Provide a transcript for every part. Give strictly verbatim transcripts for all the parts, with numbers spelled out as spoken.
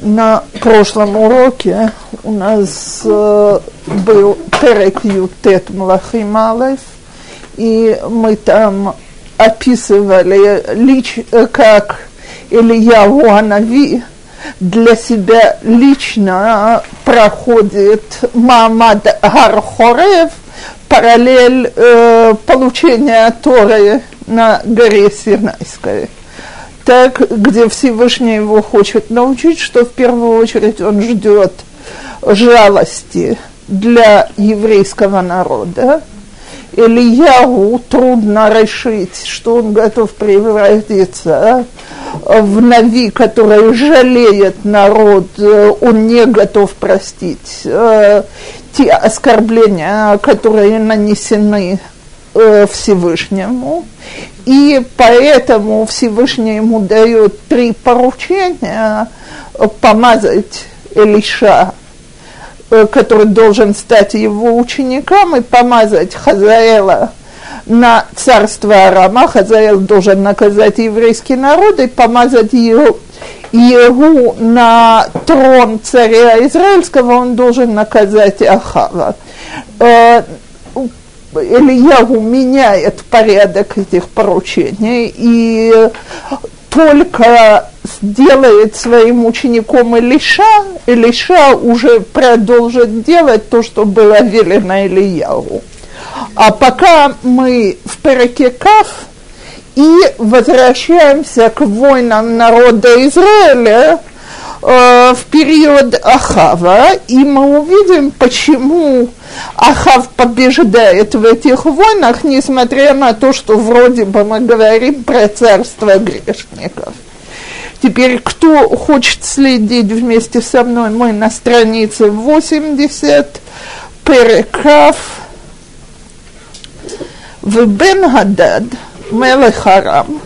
На прошлом уроке у нас э, был Перек Ютет Млахим Алеф, и мы там описывали, лич, как Ильяу Анави для себя лично проходит Маамад Гар-Хорев, параллель э, получения Торы на горе Синайской. Так, где Всевышний его хочет научить, что в первую очередь он ждет жалости для еврейского народа. Ильяу трудно решить, что он готов превратиться в нави, который жалеет народ, он не готов простить э, те оскорбления, которые нанесены э, Всевышнему. И поэтому Всевышний ему дает три поручения: помазать Элиша, который должен стать его учеником, и помазать Хазаэла на царство Арама. Хазаэл должен наказать еврейский народ, и помазать его, его на трон царя израильского он должен наказать Ахава. Ильяу меняет порядок этих поручений и только сделает своим учеником Элиша, Элиша уже продолжит делать то, что было велено Ильяу. А пока мы в Переке Кав и возвращаемся к войнам народа Израиля э, в период Ахава, и мы увидим, почему Ахав побеждает в этих войнах, несмотря на то, что вроде бы мы говорим про царство грешников. Теперь, кто хочет следить вместе со мной, мы на странице восемьдесят, Перек Кав. Вебен-Гадад, мелех Арам,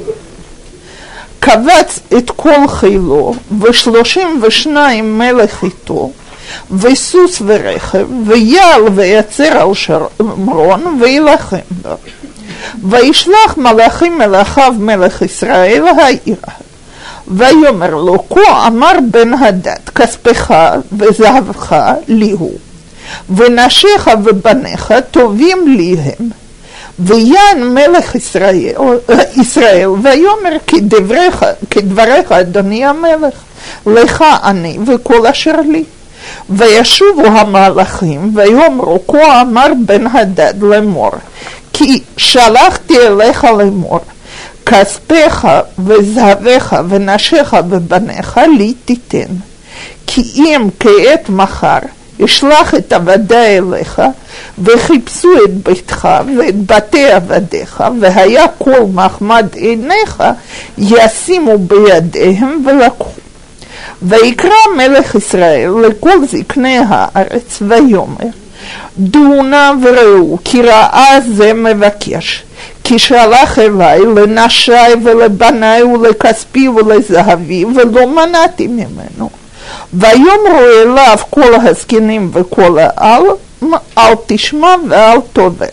кавац эт кол хейло, вешлошим вешнаим мелех ито, весус верехев, виял вияцер ал шомрон, веилахем бо. וישלח מלאכים מלאכיו מלך ישראל העירה. ויאמר לו, כה אמר בן הדד, כספך וזהבך לי הוא, ונשיך ובניך טובים לי הם. ויען מלך ישראל, ישראל ויאמר כדבריך, כדבריך אדוני המלך, לך אני וכל אשר לי. וישובו המלאכים ויאמרו, כה אמר בן הדד לאמור, כי שלחתי אליך לאמור, כספך וזהבך ונשיך ובניך לי תיתן. כי אם כעת מחר אשלח את עבדי אליך, וחיפשו את ביתך ואת בתי עבדיך, והיה כל מחמד עיניך, ישימו בידיהם ולקחו. ויקרא מלך ישראל לכל זקני הארץ ויאמר, דעו נא וראו, כי ראה זה מבקש, כי שלח אלי לנשי ולבני ולכספי ולזהבי, ולא מנעתי ממנו. ויאמרו אליו כל הזקנים וכל העל, אל תשמע ואל תודה.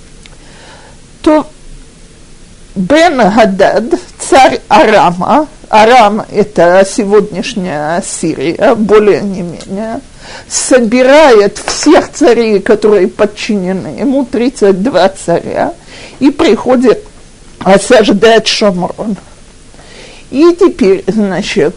טוב, בן הדד, царь Арама, Арам – это сегодняшняя Сирия, более не менее, собирает всех царей, которые подчинены ему, тридцать два царя, и приходит осаждать Шомрон. И теперь, значит,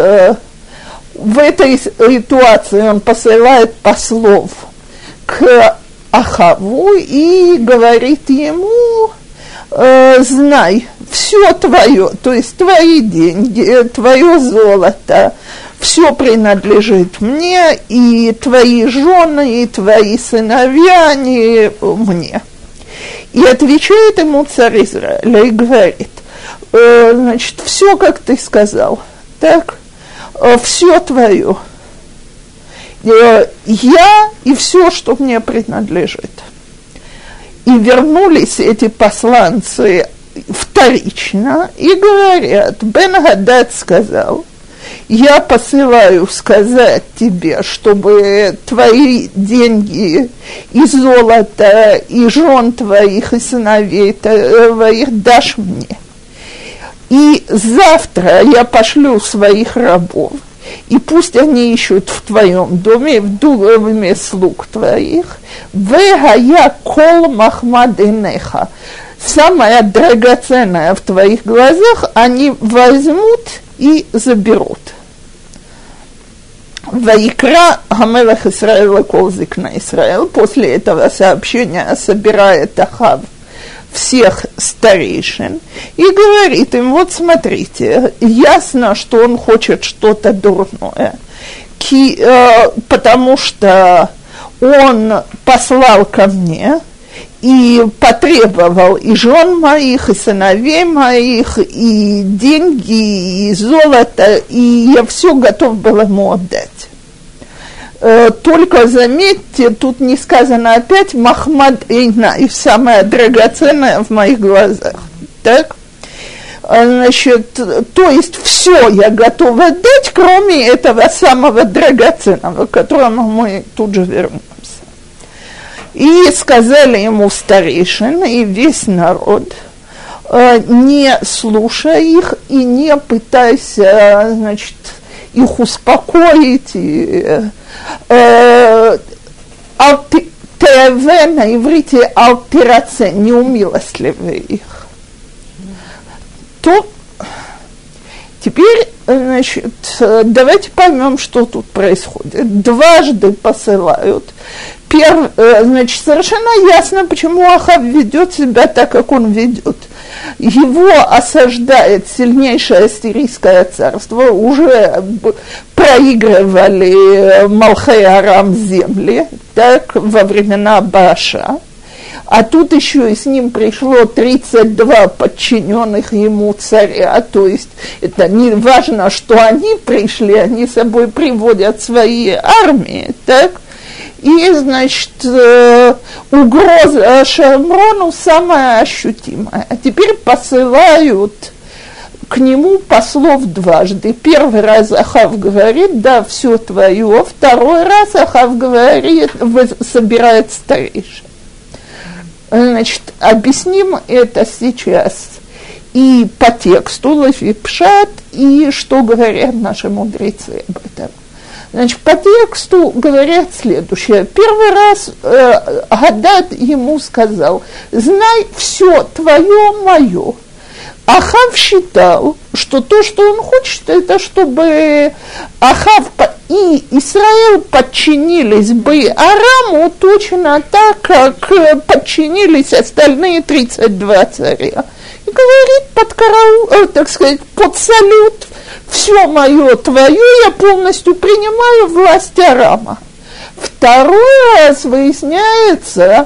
в этой ситуации он посылает послов к Ахаву и говорит ему, э, знай, все твое, то есть твои деньги, твое золото, все принадлежит мне, и твои жены, и твои сыновья, они мне. И отвечает ему царь Израиля и говорит, э, значит, все, как ты сказал, так, э, все твое, э, я и все, что мне принадлежит. И вернулись эти посланцы вторично и говорят, Бен-Гадад сказал, я посылаю сказать тебе, чтобы твои деньги и золото, и жен твоих, и сыновей твоих дашь мне. И завтра я пошлю своих рабов и пусть они ищут в твоем доме, в доме слуг твоих, вегая кол махмаденеха, самое драгоценное в твоих глазах они возьмут и заберут. Ваикра Гамелах Исраэла кол зикна Исраэл. После этого сообщения собирает Ахав всех старейшин и говорит им: вот смотрите, ясно, что он хочет что-то дурное, ки, э, потому что он послал ко мне и потребовал и жен моих, и сыновей моих, и деньги, и золото, и я все готов был ему отдать. Только заметьте, тут не сказано опять Махмад Эйна, и самое драгоценное в моих глазах. Так? Значит, то есть все я готов отдать, кроме этого самого драгоценного, к которому мы тут же вернемся. И сказали ему старейшины и весь народ: не слушай их и не пытайся, значит, их успокоить. И, э, ТВ на иврите алтираце, не умилостливай их. То теперь, значит, давайте поймем, что тут происходит. Дважды посылают. Перв, значит, совершенно ясно, почему Ахав ведет себя так, как он ведет. Его осаждает сильнейшее сирийское царство, уже проигрывали Малхей Арам земли, так, во времена Бааша. А тут еще и с ним пришло тридцать два подчиненных ему царя, то есть это не важно, что они пришли, они с собой приводят свои армии, так? И, значит, э, угроза Шамрону самая ощутимая. А теперь посылают к нему послов дважды. Первый раз Ахав говорит: да, все твое. Второй раз Ахав говорит, собирает старейшин. Значит, объясним это сейчас и по тексту Лефи Пшат, и что говорят наши мудрецы об этом. Значит, по тексту говорят следующее. Первый раз э, Гадад ему сказал: знай, все твое, мое. Ахав считал, что то, что он хочет, это чтобы Ахав и Израиль подчинились бы Араму точно так, как подчинились остальные тридцать два царя. И говорит под караул, э, так сказать, под салют: все мое твое, я полностью принимаю власть Арама. Второй раз выясняется,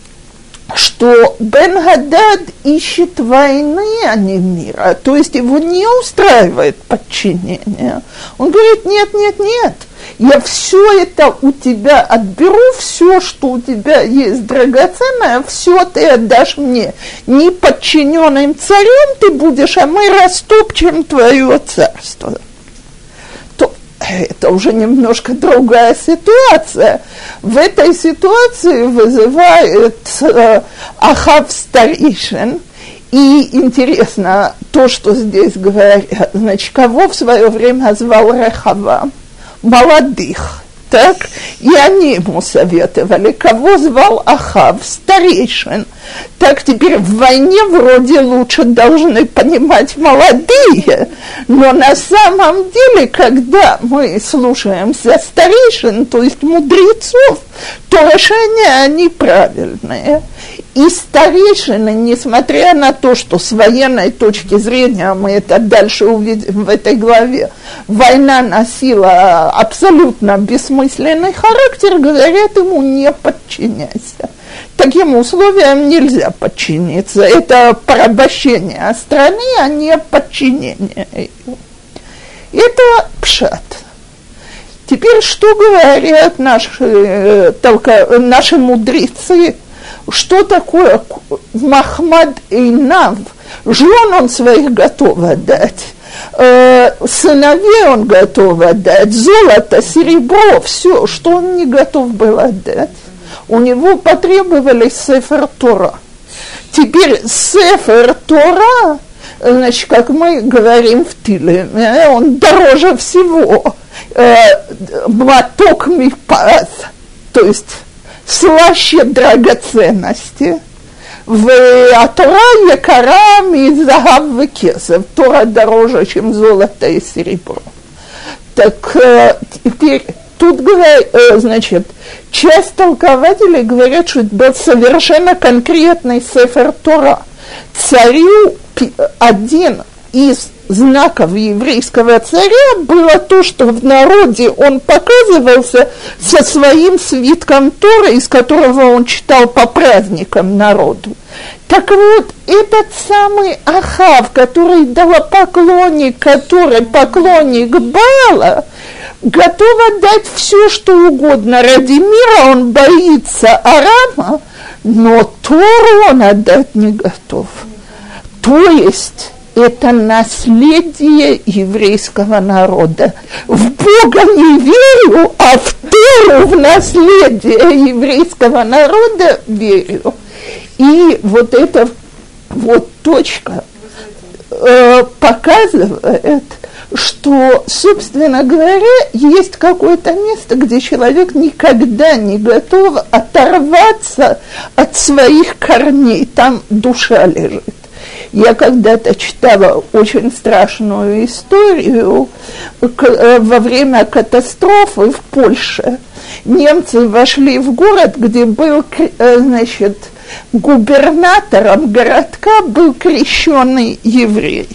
что Бен-Гадад ищет войны, а не мира, то есть его не устраивает подчинение. Он говорит: нет, нет, нет, я все это у тебя отберу, все, что у тебя есть драгоценное, все ты отдашь мне. Не подчиненным царем ты будешь, а мы растопчем твое царство. То это уже немножко другая ситуация. В этой ситуации вызывает э, Ахав старейшин. И интересно то, что здесь говорят. Значит, кого в свое время звал Рехава? Молодых, так? И они ему советовали. Кого звал Ахав? Старейшин. Так теперь в войне вроде лучше должны понимать молодые, но на самом деле, когда мы слушаемся старейшин, то есть мудрецов, то решения они правильные. И старейшины, несмотря на то, что с военной точки зрения, мы это дальше увидим в этой главе, война носила абсолютно бессмысленный характер, говорят ему: не подчиняйся. Таким условиям нельзя подчиниться. Это порабощение страны, а не подчинение ее. Это пшат. Теперь что говорят наши, только, наши мудрецы? Что такое Махмад Эйнав? Жен он своих готов отдать, э, сыновей он готов отдать, золото, серебро, все, что он не готов был отдать. У него потребовали Сефер Тора. Теперь Сефер Тора значит, как мы говорим в Тиле, он дороже всего. Моток мипас, то есть слаще драгоценности. В а Тора якара мизагав векесов. Тора дороже, чем золото и серебро. Так теперь тут, значит, часть толкователей говорят, что это был совершенно конкретный сефер Тора. Царю один из знаков еврейского царя было то, что в народе он показывался со своим свитком Торы, из которого он читал по праздникам народу. Так вот, этот самый Ахав, который идолопоклонник, который поклонник Баала, готов отдать все, что угодно ради мира, он боится Арама, но Тору он отдать не готов. То есть это наследие еврейского народа. В Бога не верю, а в Тору, в наследие еврейского народа верю. И вот эта вот точка э, показывает, что, собственно говоря, есть какое-то место, где человек никогда не готов оторваться от своих корней, там душа лежит. Я когда-то читала очень страшную историю во время катастрофы в Польше. Немцы вошли в город, где был, значит, губернатором городка был крещеный еврей.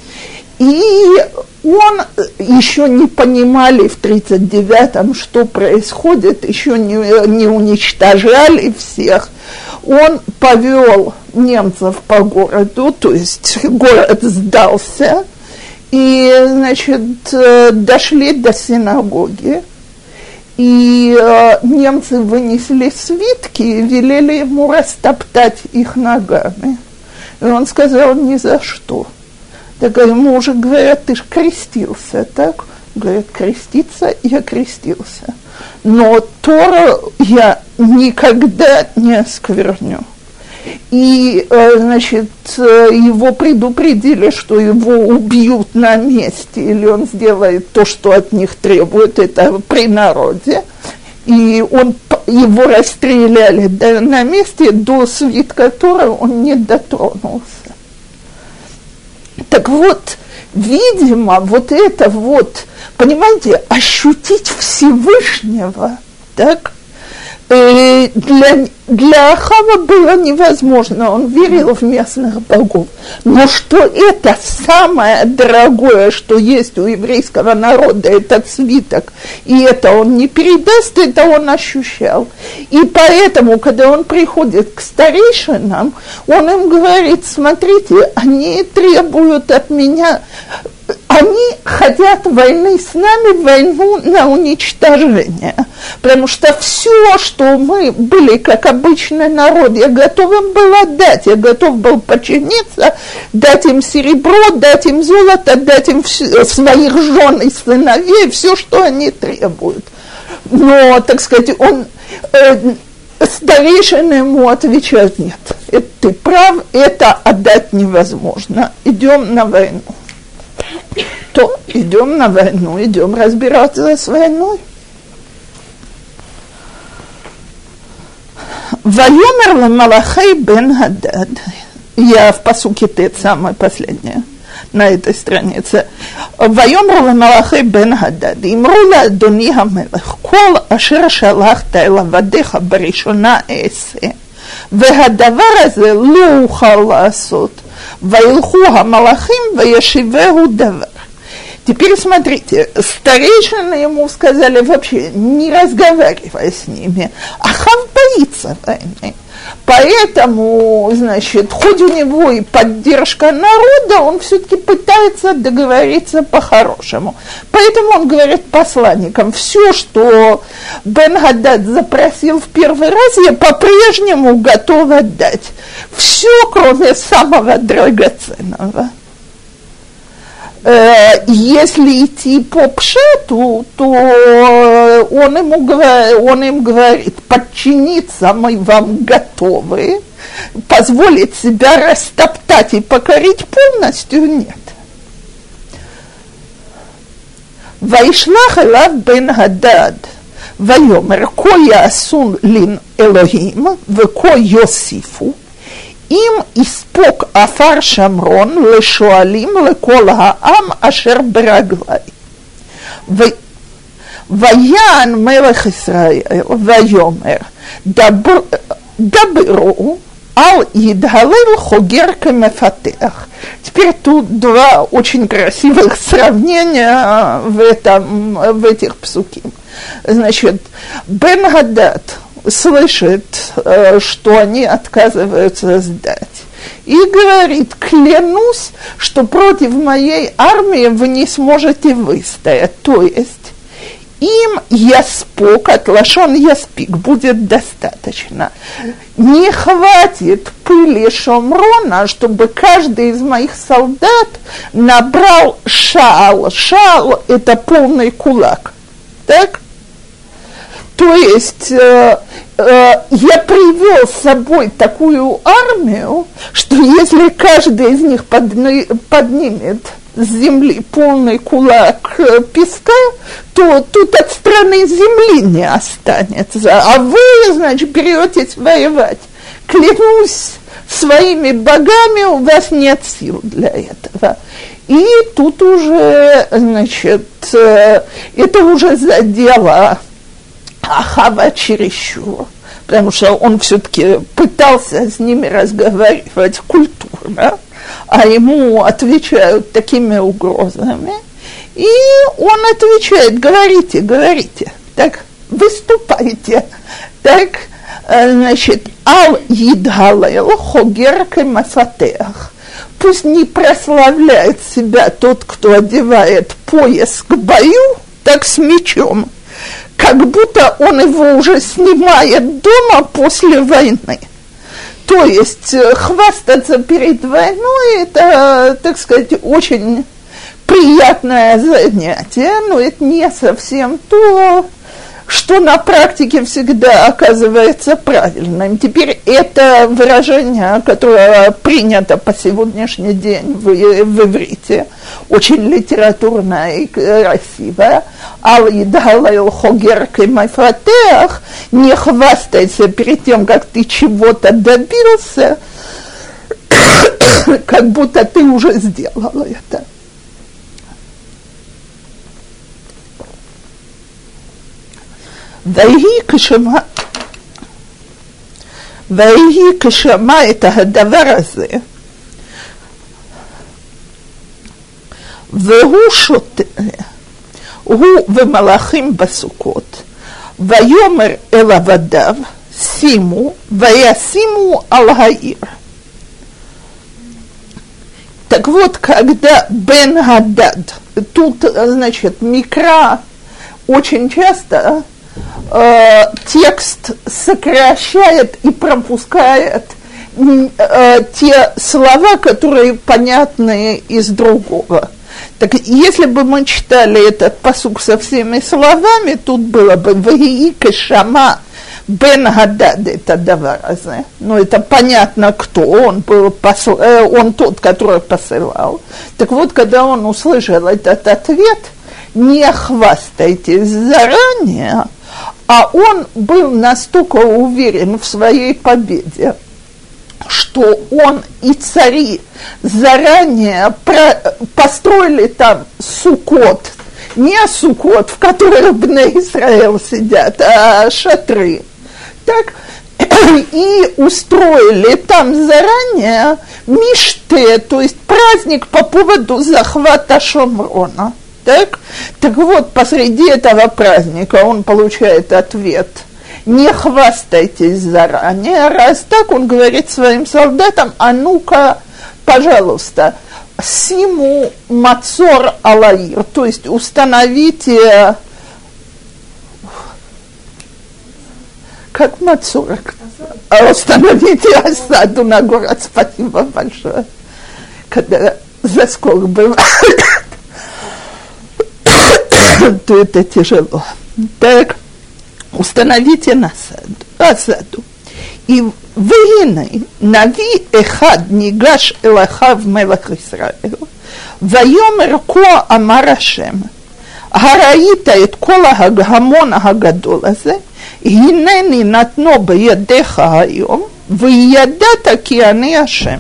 И он, еще не понимали в тридцать девятом, что происходит, еще не, не уничтожали всех. Он повел немцев по городу, то есть город сдался, и, значит, дошли до синагоги, и э, немцы вынесли свитки и велели ему растоптать их ногами. И он сказал: ни за что. Так ему уже говорят: ты ж крестился, так? Говорят: креститься, я крестился. Но Тору я никогда не оскверню. И, значит, его предупредили, что его убьют на месте, или он сделает то, что от них требует, это при народе. И он, его расстреляли на месте, до свитка Торы он не дотронулся. Так вот, видимо, вот это вот, понимаете, ощутить Всевышнего, так, э, для, для Ахава было невозможно, он верил в местных богов. Но что это самое дорогое, что есть у еврейского народа, этот свиток, и это он не передаст, это он ощущал. И поэтому, когда он приходит к старейшинам, он им говорит: смотрите, они требуют от меня, они хотят войны с нами, войну на уничтожение, потому что все, что мы были как обычный народ, я готов им был отдать, я готов был подчиниться, дать им серебро, дать им золото, дать им все, своих жен и сыновей, все, что они требуют. Но, так сказать, он, э, старейшины ему отвечают: нет, это, ты прав, это отдать невозможно, идем на войну. То идем на войну, идем разбираться с войной. Вайомер ламалахей бен Хадад. Я в пасуке Тет, самое последнее на этой странице. Вайомер ламалахей бен Хадад. Имру лаадони хамелех. Кол ашер шалахта эл авадеха баришона эсе. והדבר הזה לא אוכל לעשות, וילכו המלאכים וישיבהו דבר. Теперь смотрите, старейшины ему сказали вообще не разговаривай с ними. Ахав боится войны. Поэтому, значит, хоть у него и поддержка народа, он все-таки пытается договориться по-хорошему. Поэтому он говорит посланникам: все, что Бен-Хадад запросил в первый раз, я по-прежнему готов отдать. Все, кроме самого драгоценного. Если идти по пшату, то он, ему, он им говорит: подчиниться мы вам готовы. готовы позволить себя растоптать и покорить полностью? Нет. Вайшлах элав бен Гадад, вайомер, ко яасун лин Элохим, веко йосифу, им испок афар шамрон лешуалим лекол хаам ашер бераглай. Ваян мелех Исраэль, вайомер, дабру ал идгалел хогер кемефатех. Теперь тут два очень красивых сравнения в, этом, в этих псуким. Значит, Бен Гадад слышит, что они отказываются сдать, и говорит: клянусь, что против моей армии вы не сможете выстоять. То есть им яспок, от лашон яспик, будет достаточно. Не хватит пыли шомрона, чтобы каждый из моих солдат набрал шал. Шал – это полный кулак. Так? То есть э, э, я привел с собой такую армию, что если каждый из них подни, поднимет с земли полный кулак песка, то тут от страны земли не останется. А вы, значит, беретесь воевать. Клянусь своими богами, у вас нет сил для этого. И тут уже, значит, это уже задело Ахава чересчур, потому что он все-таки пытался с ними разговаривать культурно, а ему отвечают такими угрозами, и он отвечает: говорите, говорите, так, выступайте, так, значит, ал идгалел хогер кемафатех. Пусть не прославляет себя тот, кто одевает пояс к бою, так с мечом, как будто он его уже снимает дома после войны. То есть хвастаться перед войной – это, так сказать, очень приятное занятие, но это не совсем то, что на практике всегда оказывается правильным. Теперь это выражение, которое принято по сегодняшний день в, в иврите, очень литературное и красивое, «Ал идгалел хогер кемафатех», не хвастайся перед тем, как ты чего-то добился, как будто ты уже сделал это. ויהי כשמע, ויהי כשמע את הדבר הזה, והוא שותה, הוא ומלאכים בסוכות, ויאמר אל עבדיו, שימו, וישימו על העיר. Так вот, когда Бен Гадад, тут, значит, Микра очень часто э, текст сокращает и пропускает э, те слова, которые понятны из другого. Так если бы мы читали этот пасук со всеми словами, тут было бы «Ваии кешама Бен Гадад» это даваразе. Но это понятно, кто он был, посл... он тот, который посылал. Так вот, когда он услышал этот ответ, не хвастайтесь заранее, а он был настолько уверен в своей победе, что он и цари заранее про, построили там сукот, не сукот, в которых Бней Исраэль сидят, а шатры, так, и устроили там заранее миште, то есть праздник по поводу захвата Шомрона. Так? Так вот, посреди этого праздника он получает ответ: не хвастайтесь заранее. Раз так, он говорит своим солдатам: а ну-ка, пожалуйста, симу мацор алаир, то есть установите, как мацор, установите осаду на город. Спасибо большое. Когда заскок бывает, то это тяжело. Так, установите насаду, осаду. И והנה, נביא אחד ניגש אל אחיו מלך ישראל, ויאמר כה אמר השם, הראית את כל ההמון הגדול הזה, הנני נתנו בידיך היום, וידעת כי אני השם.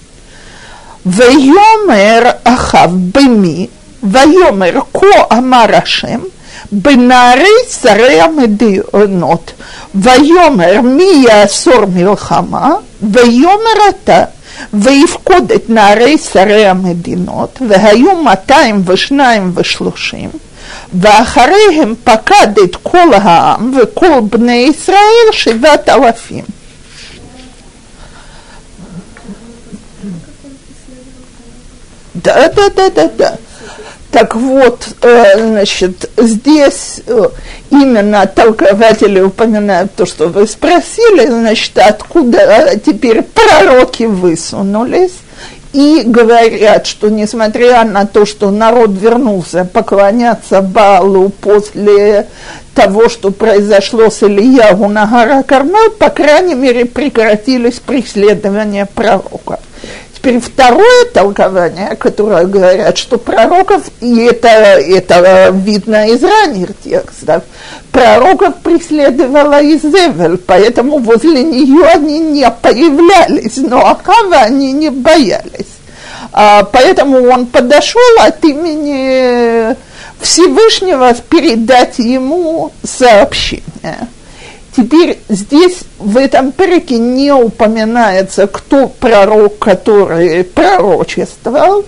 ויאמר אחיו במי, ויאמר כה אמר השם, בנערי שרי המדינות, ויאמר מי יאסור מלחמה, ויאמר אתה, ויפקוד את נערי שרי המדינות, והיו מאתיים ושניים ושלושים, ואחריהם פקד את כל העם וכל בני ישראל שבעת אלפים. Да, да, да, да, да. Так вот, значит, здесь именно толкователи упоминают то, что вы спросили, значит, откуда теперь пророки высунулись и говорят, что несмотря на то, что народ вернулся поклоняться Баалу после того, что произошло с Ильяху на горе Кармел, по крайней мере, прекратились преследования пророков. Теперь второе толкование, которое говорят, что пророков, и это, это видно из ранних текстов, пророков преследовала Изевель, поэтому возле нее они не появлялись, но Ахава они не боялись. А, поэтому он подошел от имени Всевышнего передать ему сообщение. Теперь здесь в этом переке не упоминается, кто пророк, который пророчествовал,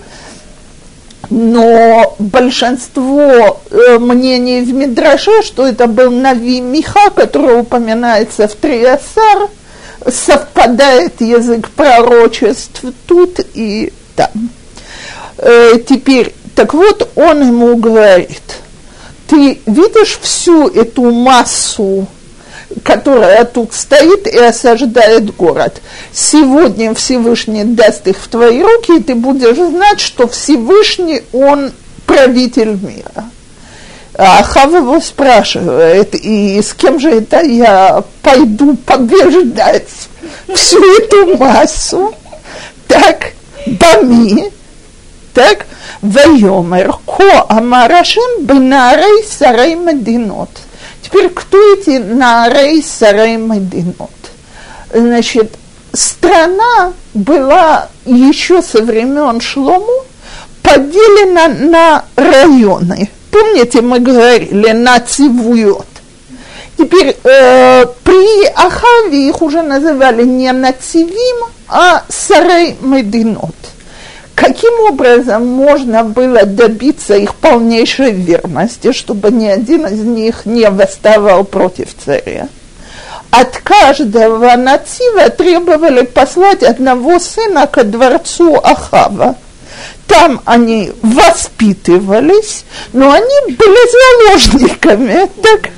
но большинство э, мнений в Мидраше, что это был Нави Миха, который упоминается в Триасар, совпадает язык пророчеств тут и там. Э, теперь, так вот, он ему говорит, ты видишь всю эту массу, которая тут стоит и осаждает город. Сегодня Всевышний даст их в твои руки, и ты будешь знать, что Всевышний, он правитель мира. А Ахав его спрашивает, и с кем же это я пойду побеждать всю эту массу? Так, Бами, так, Вайомер, ко амарашим бенарей сарей мединот. Теперь, кто эти наарей сарей мединот? Значит, страна была еще со времен Шлому поделена на районы. Помните, мы говорили, на цивует. Теперь, э, при Ахаве их уже называли не нацивим, а сарей мединот. Каким образом можно было добиться их полнейшей верности, чтобы ни один из них не восставал против царя? От каждого нацива требовали послать одного сына ко дворцу Ахава. Там они воспитывались, но они были заложниками, так?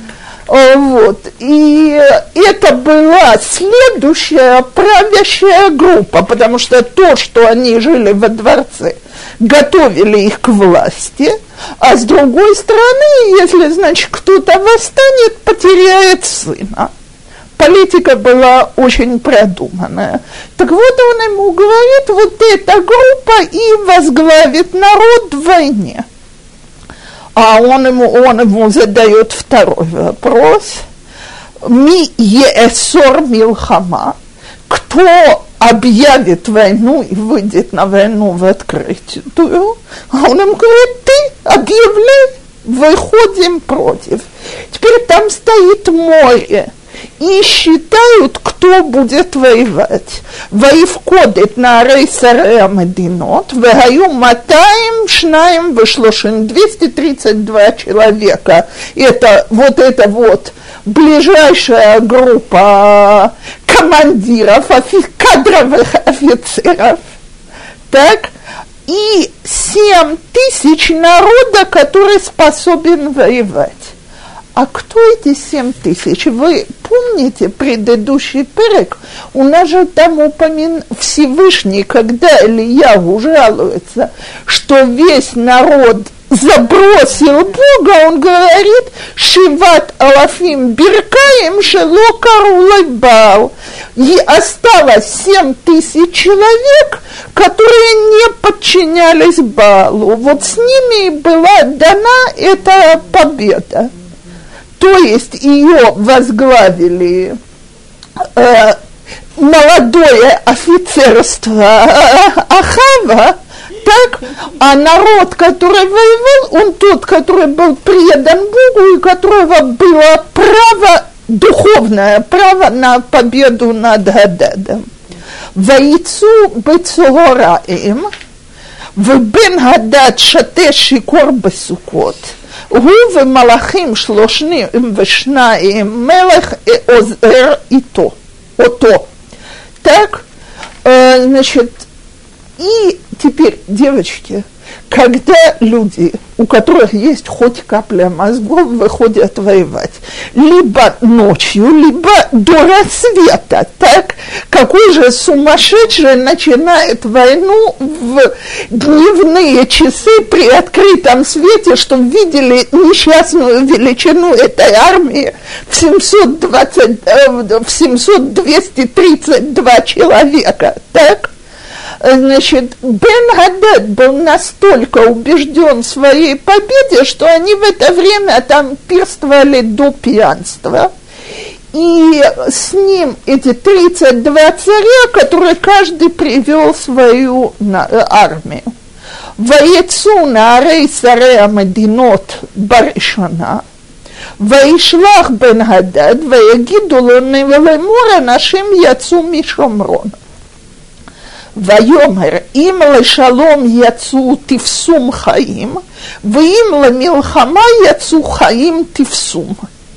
Вот. И это была следующая правящая группа, потому что то, что они жили во дворце, готовили их к власти, а с другой стороны, если, значит, кто-то восстанет, потеряет сына. Политика была очень продуманная. Так вот он ему говорит, вот эта группа и возглавит народ в войне. А он ему, он ему задает второй вопрос. Ми еэсор милхама. Кто объявит войну и выйдет на войну в открытую? А он ему говорит, ты объявляй, выходим против. Теперь там стоит море. И считают, кто будет воевать. Воевкодит на рейсарея мединот, вегаю матаим шнаим вышлошин, двести тридцать два человека. Это вот это вот ближайшая группа командиров, кадровых офицеров. Так, и семь тысяч народа, который способен воевать. А кто эти семь тысяч? Вы помните предыдущий перек? У нас же там упомин Всевышний, когда Ильяху жалуется, что весь народ забросил Бога, он говорит, «Шиват алафим биркаем шело карулай бал». И осталось семь тысяч человек, которые не подчинялись Балу. Вот с ними была дана эта победа. То есть ее возглавили э, молодое офицерство Ахава, так, а народ, который воевал, он тот, который был предан Богу и у которого было право, духовное право на победу над Гададом. «Ваицу бецораим, вбен Гадад шате шикор бесукот». הוא ומלאכים שלושים ושניים מלך עוזר איתו, אותו. Так, э, значит, и теперь, девочки, когда люди, у которых есть хоть капля мозгов, выходят воевать, либо ночью, либо до рассвета, так, какой же сумасшедший начинает войну в дневные часы при открытом свете, чтобы видели несчастную величину этой армии в семьсот двадцать, в семьсот двести тридцать два человека, так? Значит, Бен-Гадад был настолько убежден в своей победе, что они в это время там пирствовали до пьянства. И с ним эти тридцать два царя, которые каждый привел свою армию. «Ваецу наарей сарея мединот баришана, ваишлах Бен-Гадад, ваягиду ло лемур анашим яцу мишомрон». ויאמר אם לשלום יצאו תפסום חיים, ואם למלחמה יצאו חיים תפסум.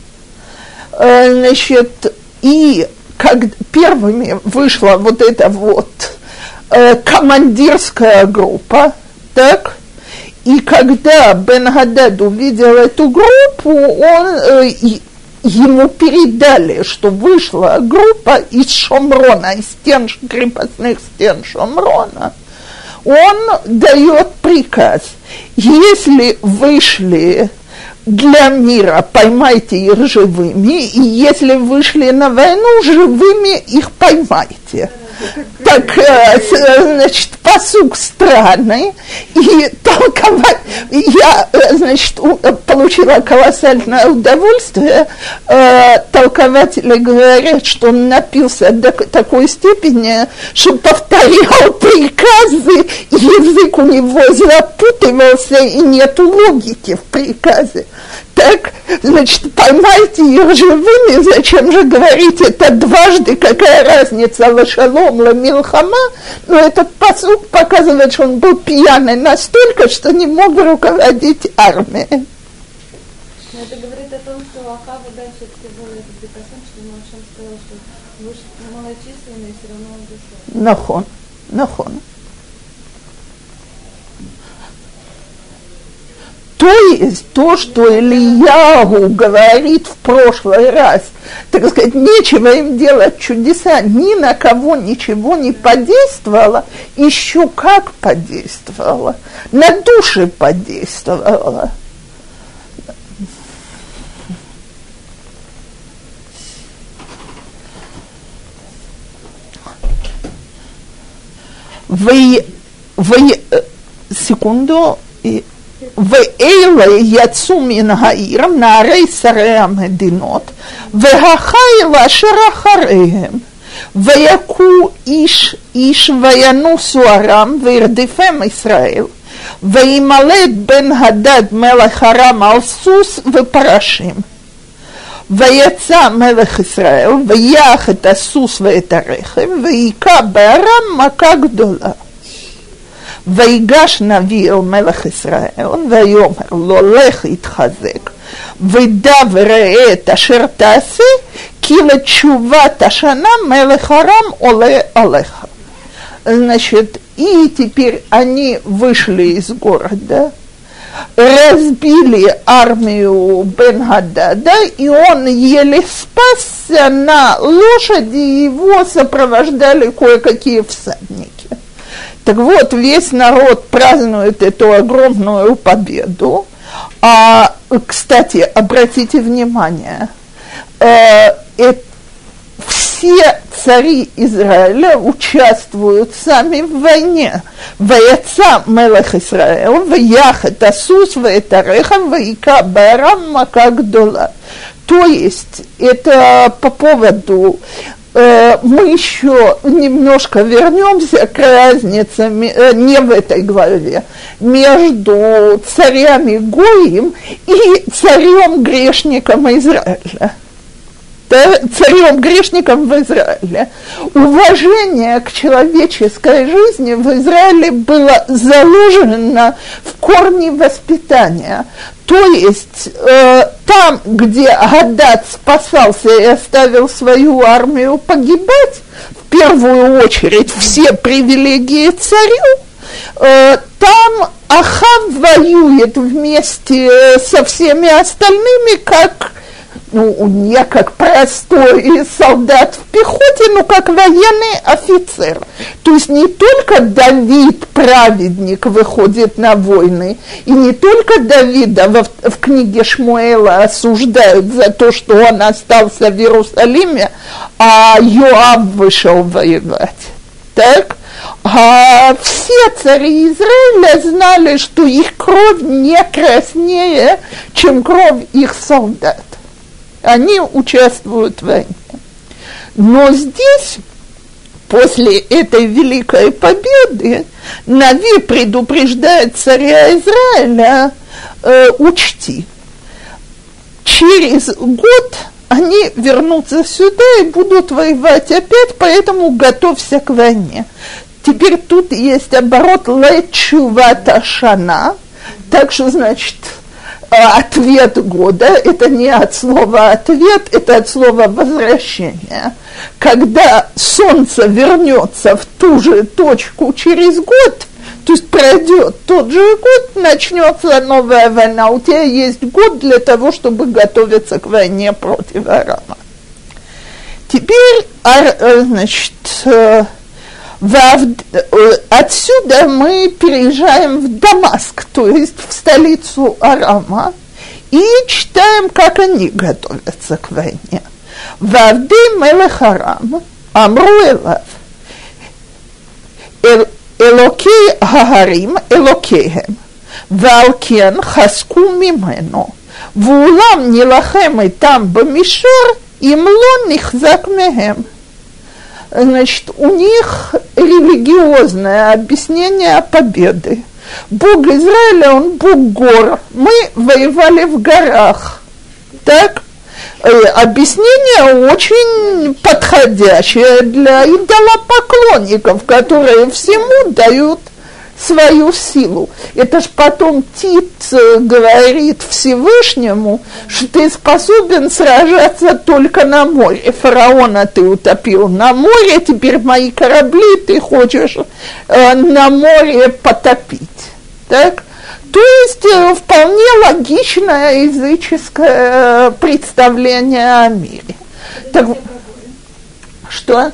Значит, и как первыми вышла вот эта вот э, командирская группа, так, и когда Бен-Гадад увидел эту группу, он э, и, ему передали, что вышла группа из Шомрона, из стен, крепостных стен Шомрона, он дает приказ, если вышли для мира, поймайте их живыми, и если вышли на войну, живыми их поймайте. Так, значит, пасук странный, и толковать, я, значит, получила колоссальное удовольствие, толкователи говорят, что он напился до такой степени, что повторял приказы, язык у него запутывался, и нету логики в приказе. Так, значит, поймайте их живыми, зачем же говорить это дважды, какая разница, лашалом, ламилхама, но этот пасук показывает, что он был пьяный настолько, что не мог руководить армией. Но это говорит о том, что Ахава дальше все-таки был этот бекасан, что Машем сказал, что вы малочисленные, все равно он дошел. Нахон, нахон. То есть то, что Ильяху говорит в прошлый раз, так сказать, нечего им делать чудеса, ни на кого ничего не подействовало, еще как подействовало, на души подействовало. Вы, вы, секунду, и ואלה יצאו מן העיר, נערי שרי המדינות, והחיל אשר אחריהם, ויקו איש איש וינוסו ארם, וירדפם ישראל, וימלט בן-הדד מלך ארם על סוס ופרשים. ויצא מלך ישראל, ויח את הסוס ואת הרכב, והיכה בארם מכה גדולה. ויגש נביא אל מלך ישראל, ויאמר לו לך יתחזק, ודע וראה את אשר תעשה, כי לתשובת השנה מלך ארם עולה עליך. Значит, и теперь они вышли из города, разбили армию Бен-Гадада, и он еле спасся на лошади, его сопровождали кое-какие всадники. Так вот, весь народ празднует эту огромную победу. А, кстати, обратите внимание, э, это, все цари Израиля участвуют сами в войне. «Ваяца мелех Исраэл, ваяхет асус, ваэтареха, ваика баарам мака гдола». То есть, это по поводу... Мы еще немножко вернемся к разнице, не в этой главе, между царями Гоим и царем-грешником Израиля. Царем-грешником в Израиле. Уважение к человеческой жизни в Израиле было заложено в корне воспитания. То есть э, там, где Гадат спасался и оставил свою армию погибать, в первую очередь все привилегии царю, э, там Ахав воюет вместе со всеми остальными, как, ну, не как простой солдат в пехоте, но как военный офицер. То есть не только Давид, праведник, выходит на войны, и не только Давида в, в книге Шмуэла осуждают за то, что он остался в Иерусалиме, а Йоав вышел воевать. Так? А все цари Израиля знали, что их кровь не краснее, чем кровь их солдат. Они участвуют в войне. Но здесь, после этой великой победы, Нави предупреждает царя Израиля: э, учти, через год они вернутся сюда и будут воевать опять, поэтому готовься к войне. Теперь тут есть оборот лечуват ашана, так что, значит, ответ года, это не от слова ответ, это от слова возвращение. Когда солнце вернется в ту же точку через год, то есть пройдет тот же год, начнется новая война. У тебя есть год для того, чтобы готовиться к войне против Арама. Теперь, значит, отсюда мы переезжаем в Дамаск, то есть в столицу Арама, и читаем, как они готовятся к войне. Вавди мелех Арам амру элав элокей хагарим элокейхем валкен хаску мимену вулам нилахем и там бамишор имлон нихзак мехем. Значит, у них религиозное объяснение победы. Бог Израиля, он Бог гор. Мы воевали в горах. Так? Объяснение очень подходящее для идолопоклонников, которые всему дают свою силу. Это ж потом Тит говорит Всевышнему, что ты способен сражаться только на море. Фараона ты утопил на море, теперь мои корабли ты хочешь э, на море потопить. Так? То есть э, вполне логичное языческое представление о мире. Так, что?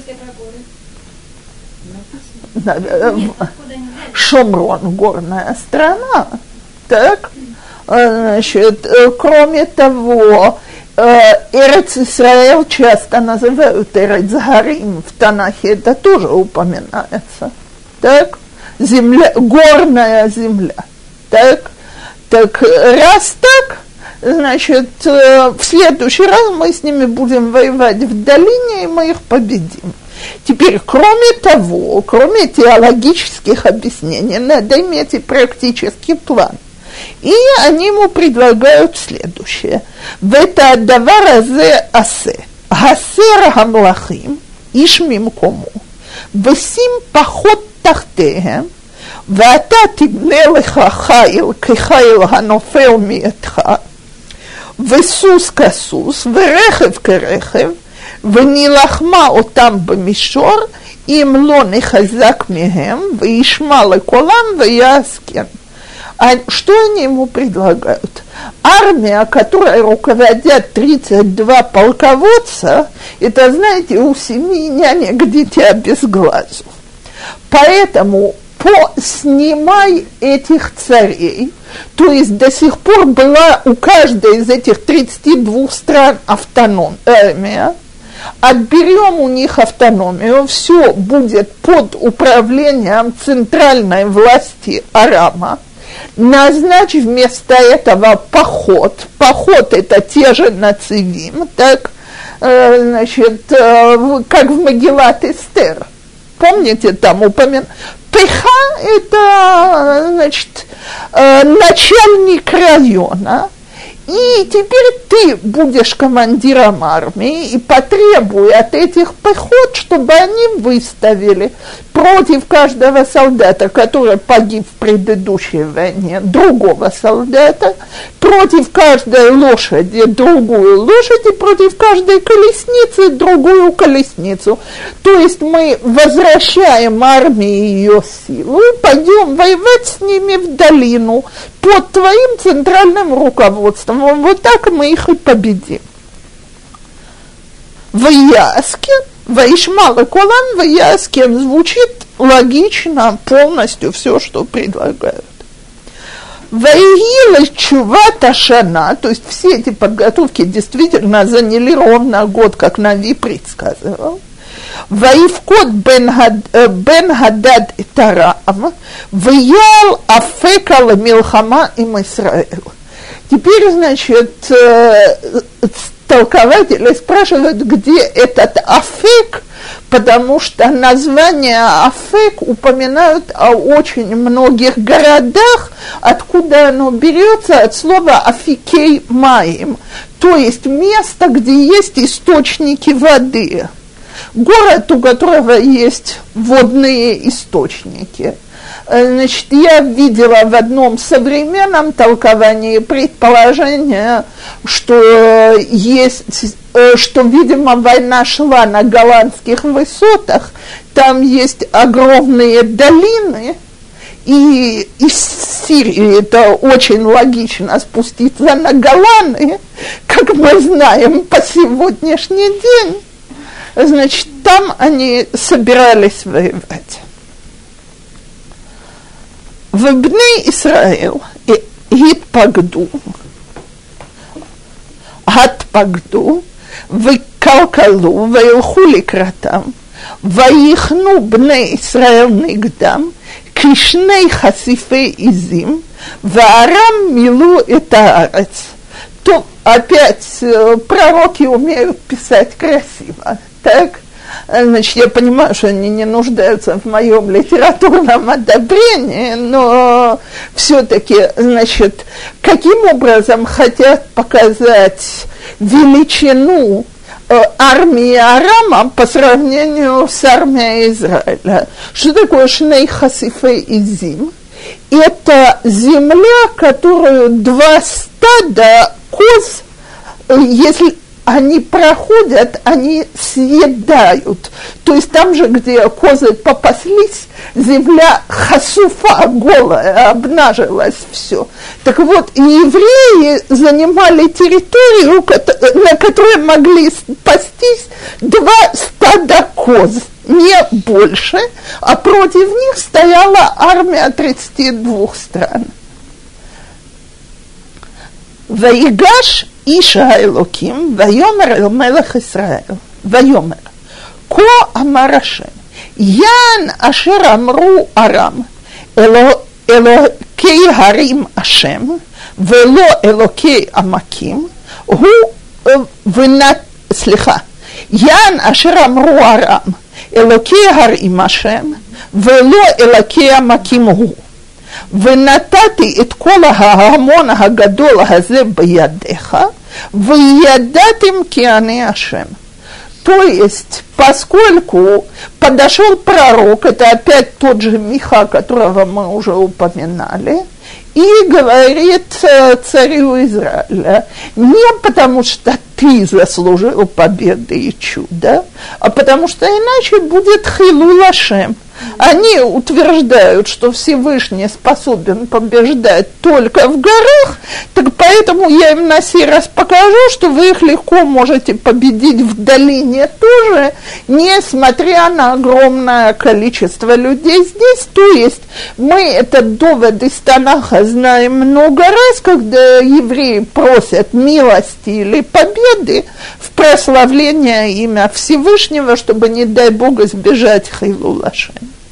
Шомрон, горная страна, так, значит, кроме того, Эрец Исраэл часто называют Эрец Гарим, в Танахе это тоже упоминается, так, земля, горная земля, так, так, раз так, значит, в следующий раз мы с ними будем воевать в долине, и мы их победим. Теперь, кроме того, кроме теологических объяснений, надо иметь и практический план. И они ему предлагают следующее. В это даваразе асе, гасер гамлахим, ишмим кому, весим пахот тахтеhem, ואתה תבנה לך חיל כחיל הנופל מידך, וסוס כסוס, ורכב כרכב, ונלחמה אותם במישור, אם לא נחזק מהם, וישמע לקולם ויעסקן. А что они ему предлагают? Армия, которой руководят тридцать два полководца, это, знаете, у семи нянек дитя без глазу. Поэтому снимай этих царей, то есть до сих пор была у каждой из этих тридцати двух стран автономия, отберем у них автономию, все будет под управлением центральной власти Арама, назначь вместо этого поход, поход это те же нацивим, так, э, значит, э, как в Мегилат Эстер, помните, там упоминаю, Пеха – это, значит, э, начальник района, и теперь ты будешь командиром армии и потребуй от этих пехот, чтобы они выставили против каждого солдата, который погиб в предыдущей войне, другого солдата, против каждой лошади другую лошадь и против каждой колесницы другую колесницу. То есть мы возвращаем армии ее силу и пойдем воевать с ними в долину под твоим центральным руководством. Вот так мы их и победим. Ваяскин, Ваишмал и Колан, Ваяскин звучит логично, полностью все, что предлагают. Ваигила чувата шана, то есть все эти подготовки действительно заняли ровно год, как Нави предсказывал. Ваивкот бен Хадад и Тарам, ваял афека милхама им Исраэл. Теперь, значит, толкователи спрашивают, где этот афек, потому что название афек упоминают о очень многих городах, откуда оно берется, от слова афикей маим, то есть место, где есть источники воды. Город, у которого есть водные источники. Значит, я видела в одном современном толковании предположение, что есть, что, видимо, война шла на голландских высотах, там есть огромные долины, и из Сирии это очень логично спуститься на Голланы, как мы знаем по сегодняшний день. Значит, там они собирались воевать. В Бней Исраэл гитпагду, гатпагду, выкалкалу, ваилху ликратам, ваихну Бней Исраэл нигдам, кишней хасифей изим, ваарам милу этаарец. То опять пророки умеют писать красиво, так? Значит, я понимаю, что они не нуждаются в моем литературном одобрении, но все-таки, значит, каким образом хотят показать величину э, армии Арама по сравнению с армией Израиля? Что такое Шней Хасифей Изим? Это земля, которую два стада коз, если они проходят, они съедают. То есть там же, где козы попаслись, земля хасуфа, голая, обнажилась все. Так вот, евреи занимали территорию, на которой могли пастись два стада коз, не больше, а против них стояла армия тридцати двух стран. Ваигаш Иша Элоким, Вайомер Эл Мелех Исраэл, Вайомер, Ко Амар Ашем, Ян Ашер Амру Арам, Элокей Харим Ашем, Вело Элокей Амаким, Гу Винат, слиха, Ян Ашер Амру Арам, Элокей Харим Ашем, Вело Элокей Амаким Гу. ונתתי את כל ההמון הגדול הזה בידיך, וידעתם כי אני השם. То есть, поскольку подошел пророк, это опять тот же Миха, которого мы уже упоминали, и говорит царю Израиля, не потому что ты заслужил победы и чуда, а потому что иначе будет хилуль Ашем. Они утверждают, что Всевышний способен побеждать только в горах, так поэтому я им на сей раз покажу, что вы их легко можете победить в долине тоже, несмотря на огромное количество людей здесь. То есть мы этот довод из Танаха знаем много раз, когда евреи просят милости или победы в прославление имя Всевышнего, чтобы, не дай Бог, избежать хилуль Ашем.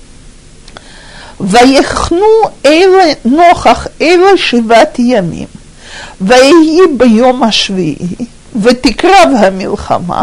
ויחנו אלה נוכח אלה שבעת ימים, ויהי ביום השביעי, ותקרב המלחמה,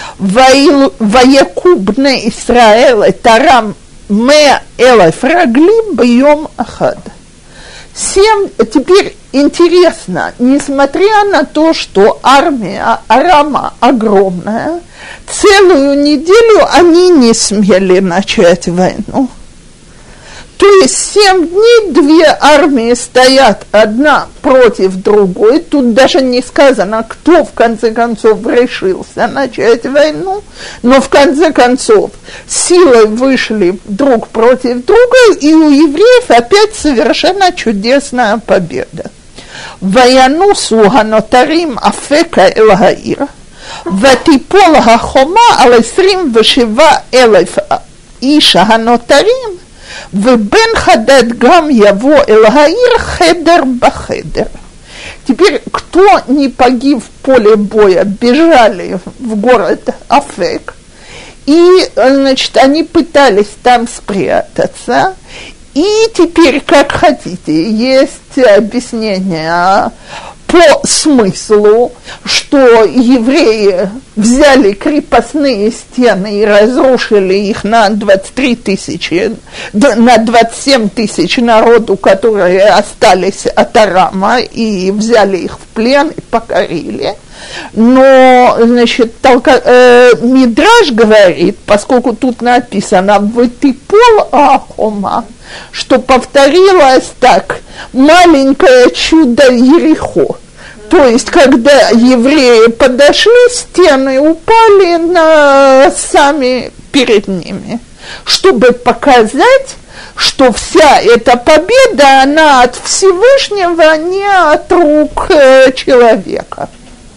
ויכו בני ישראל את ארם מאה אלף רגלים ביום אחד. Семь, теперь интересно, несмотря на то, что армия Арама огромная, целую неделю они не смели начать войну. То есть семь дней две армии стоят одна против другой. Тут даже не сказано, кто в конце концов решился начать войну. Но в конце концов силой вышли друг против друга, и у евреев опять совершенно чудесная победа. «Ваянусу ганотарим афека эл гаир, ватипол гахома ал исрим вешева элеф иша ганотарим, ובן חדד גם יבוא אל העיר חדר בחדר». Теперь, кто не погиб в поле боя, бежали в город Афек, и, значит, они пытались там спрятаться, и теперь, как хотите, есть объяснение по смыслу, что евреи взяли крепостные стены и разрушили их на двадцать три тысячи, на двадцать семь тысяч народу, которые остались от Арама, и взяли их в плен и покорили. Но, значит, толка, э, Мидраш говорит, поскольку тут написано «Вытипол ахома», что повторилось так: маленькое чудо Ерихо. То есть, когда евреи подошли, стены упали на, сами перед ними, чтобы показать, что вся эта победа, она от Всевышнего, не от рук э, человека.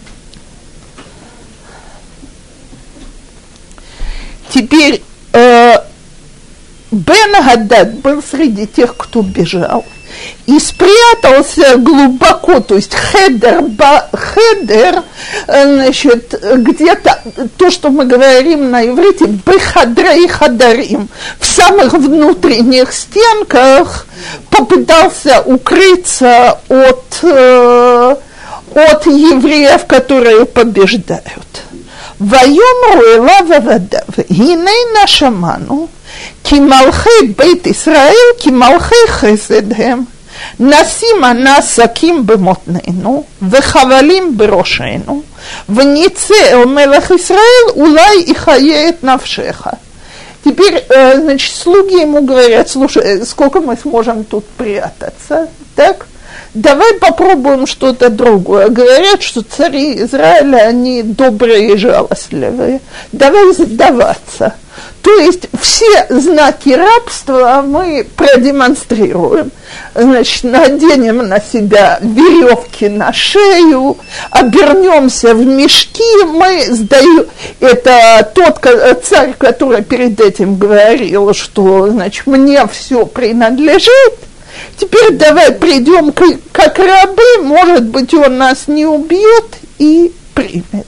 Теперь э, Бен-Гадад был среди тех, кто бежал, и спрятался глубоко, то есть хедер, ба, хедер, значит, где-то, то, что мы говорим на иврите, бехадрей хадарим, в самых внутренних стенках попытался укрыться от, э, от евреев, которые побеждают. ויאמרו אליו עבדיו, הננה שמענו, כי מלכי בית ישראל, כי מלכי חסד הם, נשים אנה שקים במותנינו, וחבלים בראשנו, ונצא אל מלך ישראל, אולי יחיה את נפשך. Теперь, значит, слуги ему говорят: слушай, сколько мы сможем тут прятаться, так? Давай попробуем что-то другое. Говорят, что цари Израиля, они добрые и жалостливые. Давай сдаваться. То есть все знаки рабства мы продемонстрируем. Значит, наденем на себя веревки на шею, обернемся в мешки, мы сдаем... Это тот царь, который перед этим говорил, что, значит, мне все принадлежит. Теперь давай придем к, как рабы, может быть, он нас не убьет и примет.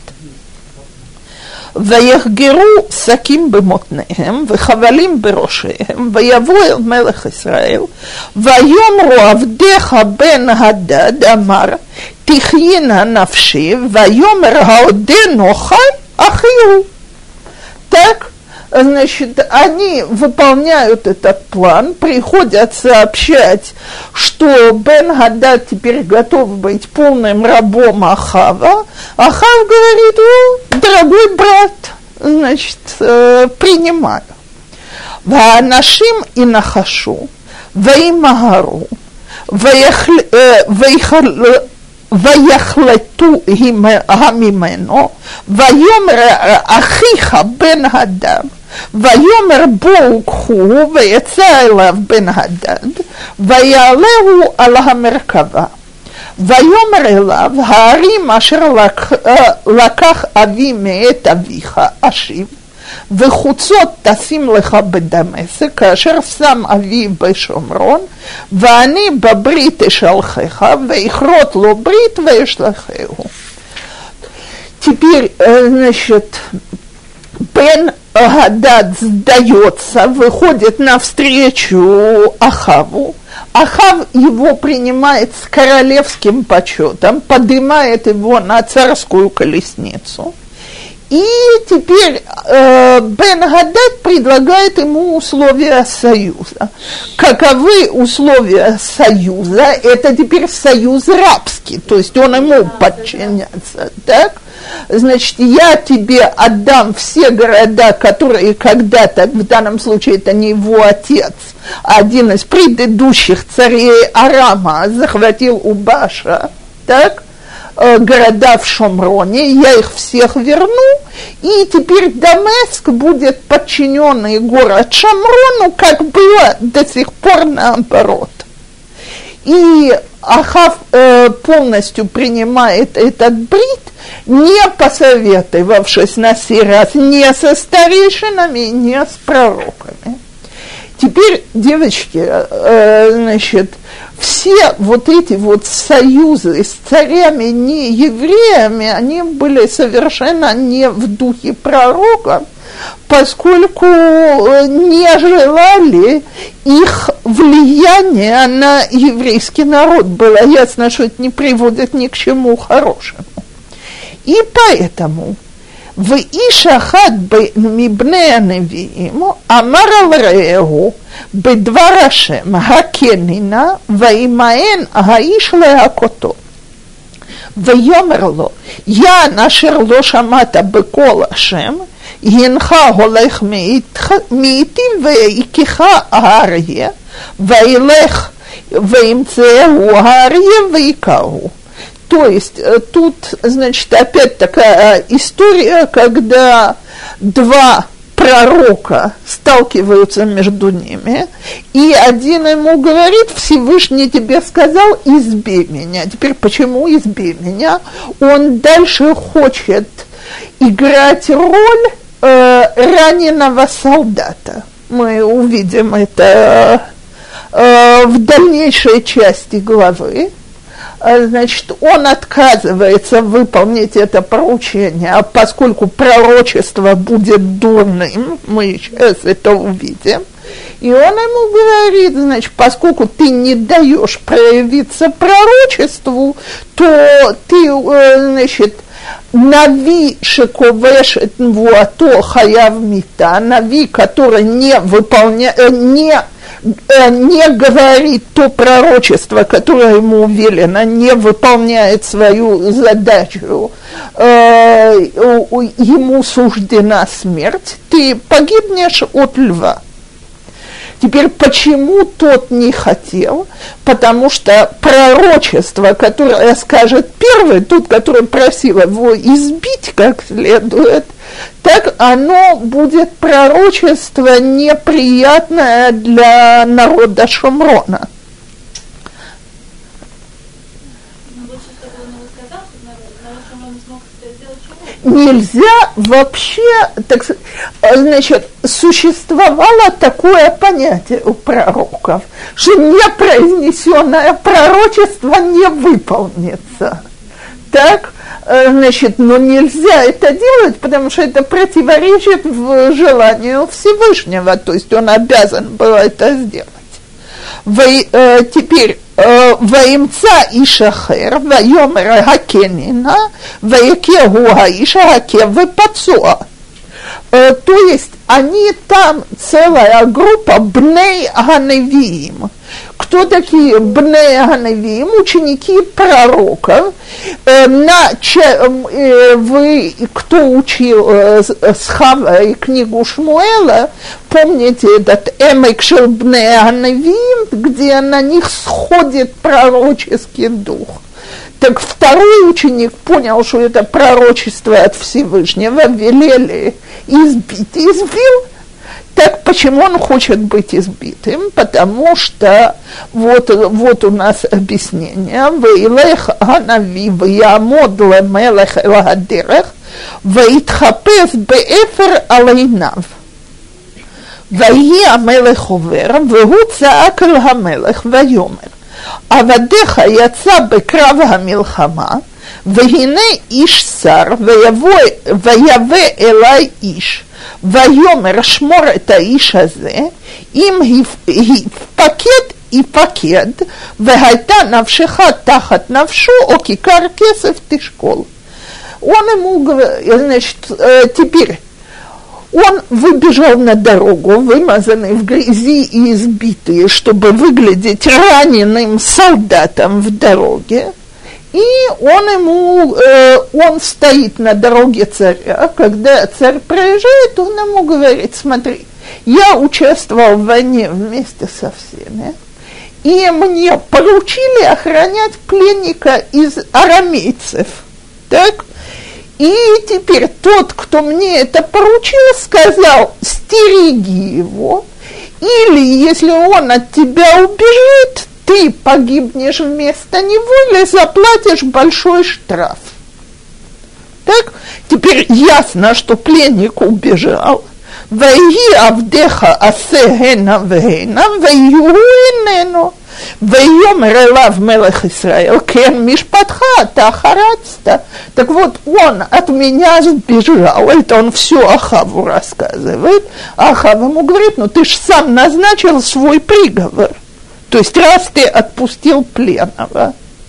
ויחגרו שקים במותניהם וחבלים בראשיהם ויבוא אל מלך ישראל ויאמרו עבדיך בן הדד אמר תחיינה נפשי ויאמר העודנו חי אחיהו. Так, значит, они выполняют этот план, приходят сообщать, что Бен-Гадад теперь готов быть полным рабом Ахава. Ахав говорит: о, дорогой брат, значит, э, принимаю. Ваанашим и нахашу, ваимагару, ויחלטו ממנו, ויאמר אחיך בן הדם, ויאמר בואו קחוהו, ויצא אליו בן הדד, ויעלהו על המרכבה. ויאמר אליו, הערים אשר לק, לקח אבי מאת אביך אשיב, וחוצות תשים לך בדמשק, כאשר שם אבי בשומרון, ואני בברית אשלחך, ויכרות לו ברית וישלחהו. Теперь, значит, Бен Гадад сдается, выходит навстречу Ахаву. Ахав его принимает с королевским почетом, поднимает его на царскую колесницу. И теперь э, Бен Гадад предлагает ему условия союза. Каковы условия союза? Это теперь союз рабский, то есть он ему подчиняется, так? Значит, я тебе отдам все города, которые когда-то, в данном случае это не его отец, а один из предыдущих царей Арама захватил у Баша, так? Города в Шомроне, я их всех верну, и теперь Дамаск будет подчиненный город Шомрону, как было до сих пор наоборот. И Ахав э, полностью принимает этот брит, не посоветовавшись на сей раз ни со старейшинами, ни с пророками. Теперь, девочки, э, значит, все вот эти вот союзы с царями не евреями, они были совершенно не в духе пророка, поскольку не желали их влияния на еврейский народ. Было ясно, что это не приводит ни к чему хорошему. И поэтому в Ишахат мибней аневиим амар ал реhu бедвар Ашем хакенина ваимаэн האיש להכותו. ויאמר לו, יען אשר לא שמעת בקול השם, הנך הולך מאיתי ויקח האריה, וילך וימצאהו האריה ויקהו. То есть тут, значит, опять такая история, когда два пророка сталкиваются между ними, и один ему говорит, Всевышний тебе сказал, избей меня. Теперь почему избей меня? Он дальше хочет играть роль э, раненого солдата. Мы увидим это э, в дальнейшей части главы. Значит, он отказывается выполнить это поручение, а поскольку пророчество будет дурным, мы сейчас это увидим, и он ему говорит, значит, поскольку ты не даешь проявиться пророчеству, то ты, значит, нави шековешет нвуато хаяв мита, нави, который не выполняет, не не говорит то пророчество, которое ему велено, не выполняет свою задачу, э, ему суждена смерть, ты погибнешь от льва. Теперь, почему тот не хотел? Потому что пророчество, которое скажет первый, тот, который просил его избить как следует, так оно будет пророчество неприятное для народа Шомрона. Нельзя вообще, так, значит, существовало такое понятие у пророков, что непроизнесенное пророчество не выполнится. Так, значит, но нельзя это делать, потому что это противоречит в желанию Всевышнего, то есть он обязан был это сделать. Вы, э, теперь ואמצא איש אחר, ויאמר הכננה, ויקהו האיש הכב ופצוע. То есть они там целая группа бней ганевиим. Кто такие бней ганевиим? Ученики пророков. На, вы, кто учил с Хавой книгу Шмуэла, помните этот эмек шел бней ганевиим, где на них сходит пророческий дух. Так второй ученик понял, что это пророчество от Всевышнего, велели избить, избил. Так почему он хочет быть избитым? Потому что вот, вот у нас объяснение. «Вейлех анави веямод лемелех эл хадерех вейтхапес беэфер алейнав. Веи המלך עובר והוא צעק אל המלך ויאמר עבדיך יצא בקרב המלחמה והנה איש שר ויבוא, ויבא אלי איש ויאמר שמור את האיש הזה אם יפקד יפקד והייתה נפשך תחת נפשו או כיכר כסף תשקול». Он ему говорит, значит, теперь он выбежал на дорогу, вымазанный в грязи и избитый, чтобы выглядеть раненым солдатом в дороге. И он ему, э, он стоит на дороге царя, когда царь проезжает, он ему говорит: смотри, я участвовал в войне вместе со всеми, и мне поручили охранять пленника из арамейцев, так? И теперь тот, кто мне это поручил, сказал: стереги его, или если он от тебя убежит, ты погибнешь вместо него или заплатишь большой штраф. Так, теперь ясно, что пленник убежал. «Ваи авдеха асе гена вегена, ваю инену». «Вейомер элав мелех Исраэль, кен мишпатха ата харатста». Так вот, он от меня сбежал, это он все Ахаву рассказывает. Ахав ему говорит: ну ты ж сам назначил свой приговор. То есть, раз ты отпустил пленного.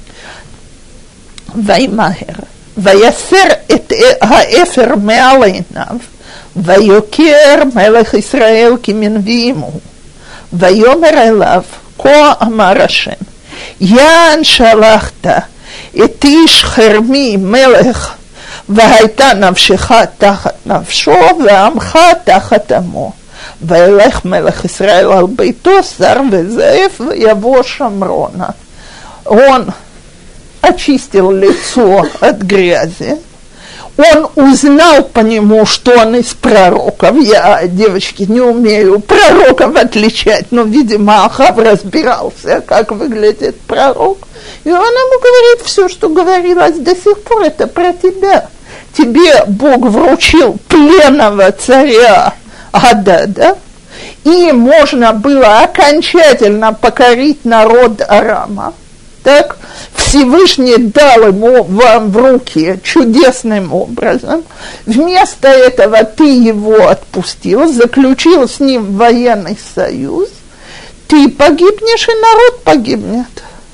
«Ваймахер, ваясер эт хаэфер меалейнав, вайокер мелех Исраэль киминвиму, вайомер элав». כה אמר השם, יען שלחת את איש חרמי מלך, והייתה נפשך תחת נפשו, ועמך תחת עמו. וילך מלך ישראל על ביתו שר וזאב, ויבוא шамрона. Он очистил лицо от грязи. Он узнал по нему, что он из пророков. Я, девочки, не умею пророков отличать, но, видимо, Ахав разбирался, как выглядит пророк. И он ему говорит: все, что говорилось до сих пор, это про тебя. Тебе Бог вручил пленного царя Адада, и можно было окончательно покорить народ Арама. Так, Всевышний дал ему вам в руки чудесным образом. Вместо этого ты его отпустил, заключил с ним военный союз. Ты погибнешь, и народ погибнет.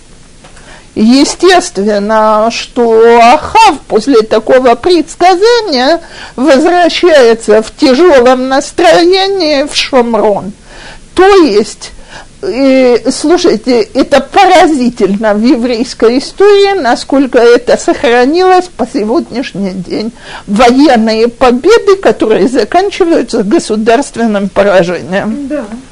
Естественно, что Ахав после такого предсказания возвращается в тяжелом настроении в Шомрон. То есть... И, слушайте, это поразительно в еврейской истории, насколько это сохранилось по сегодняшний день. Военные победы, которые заканчиваются государственным поражением. Да.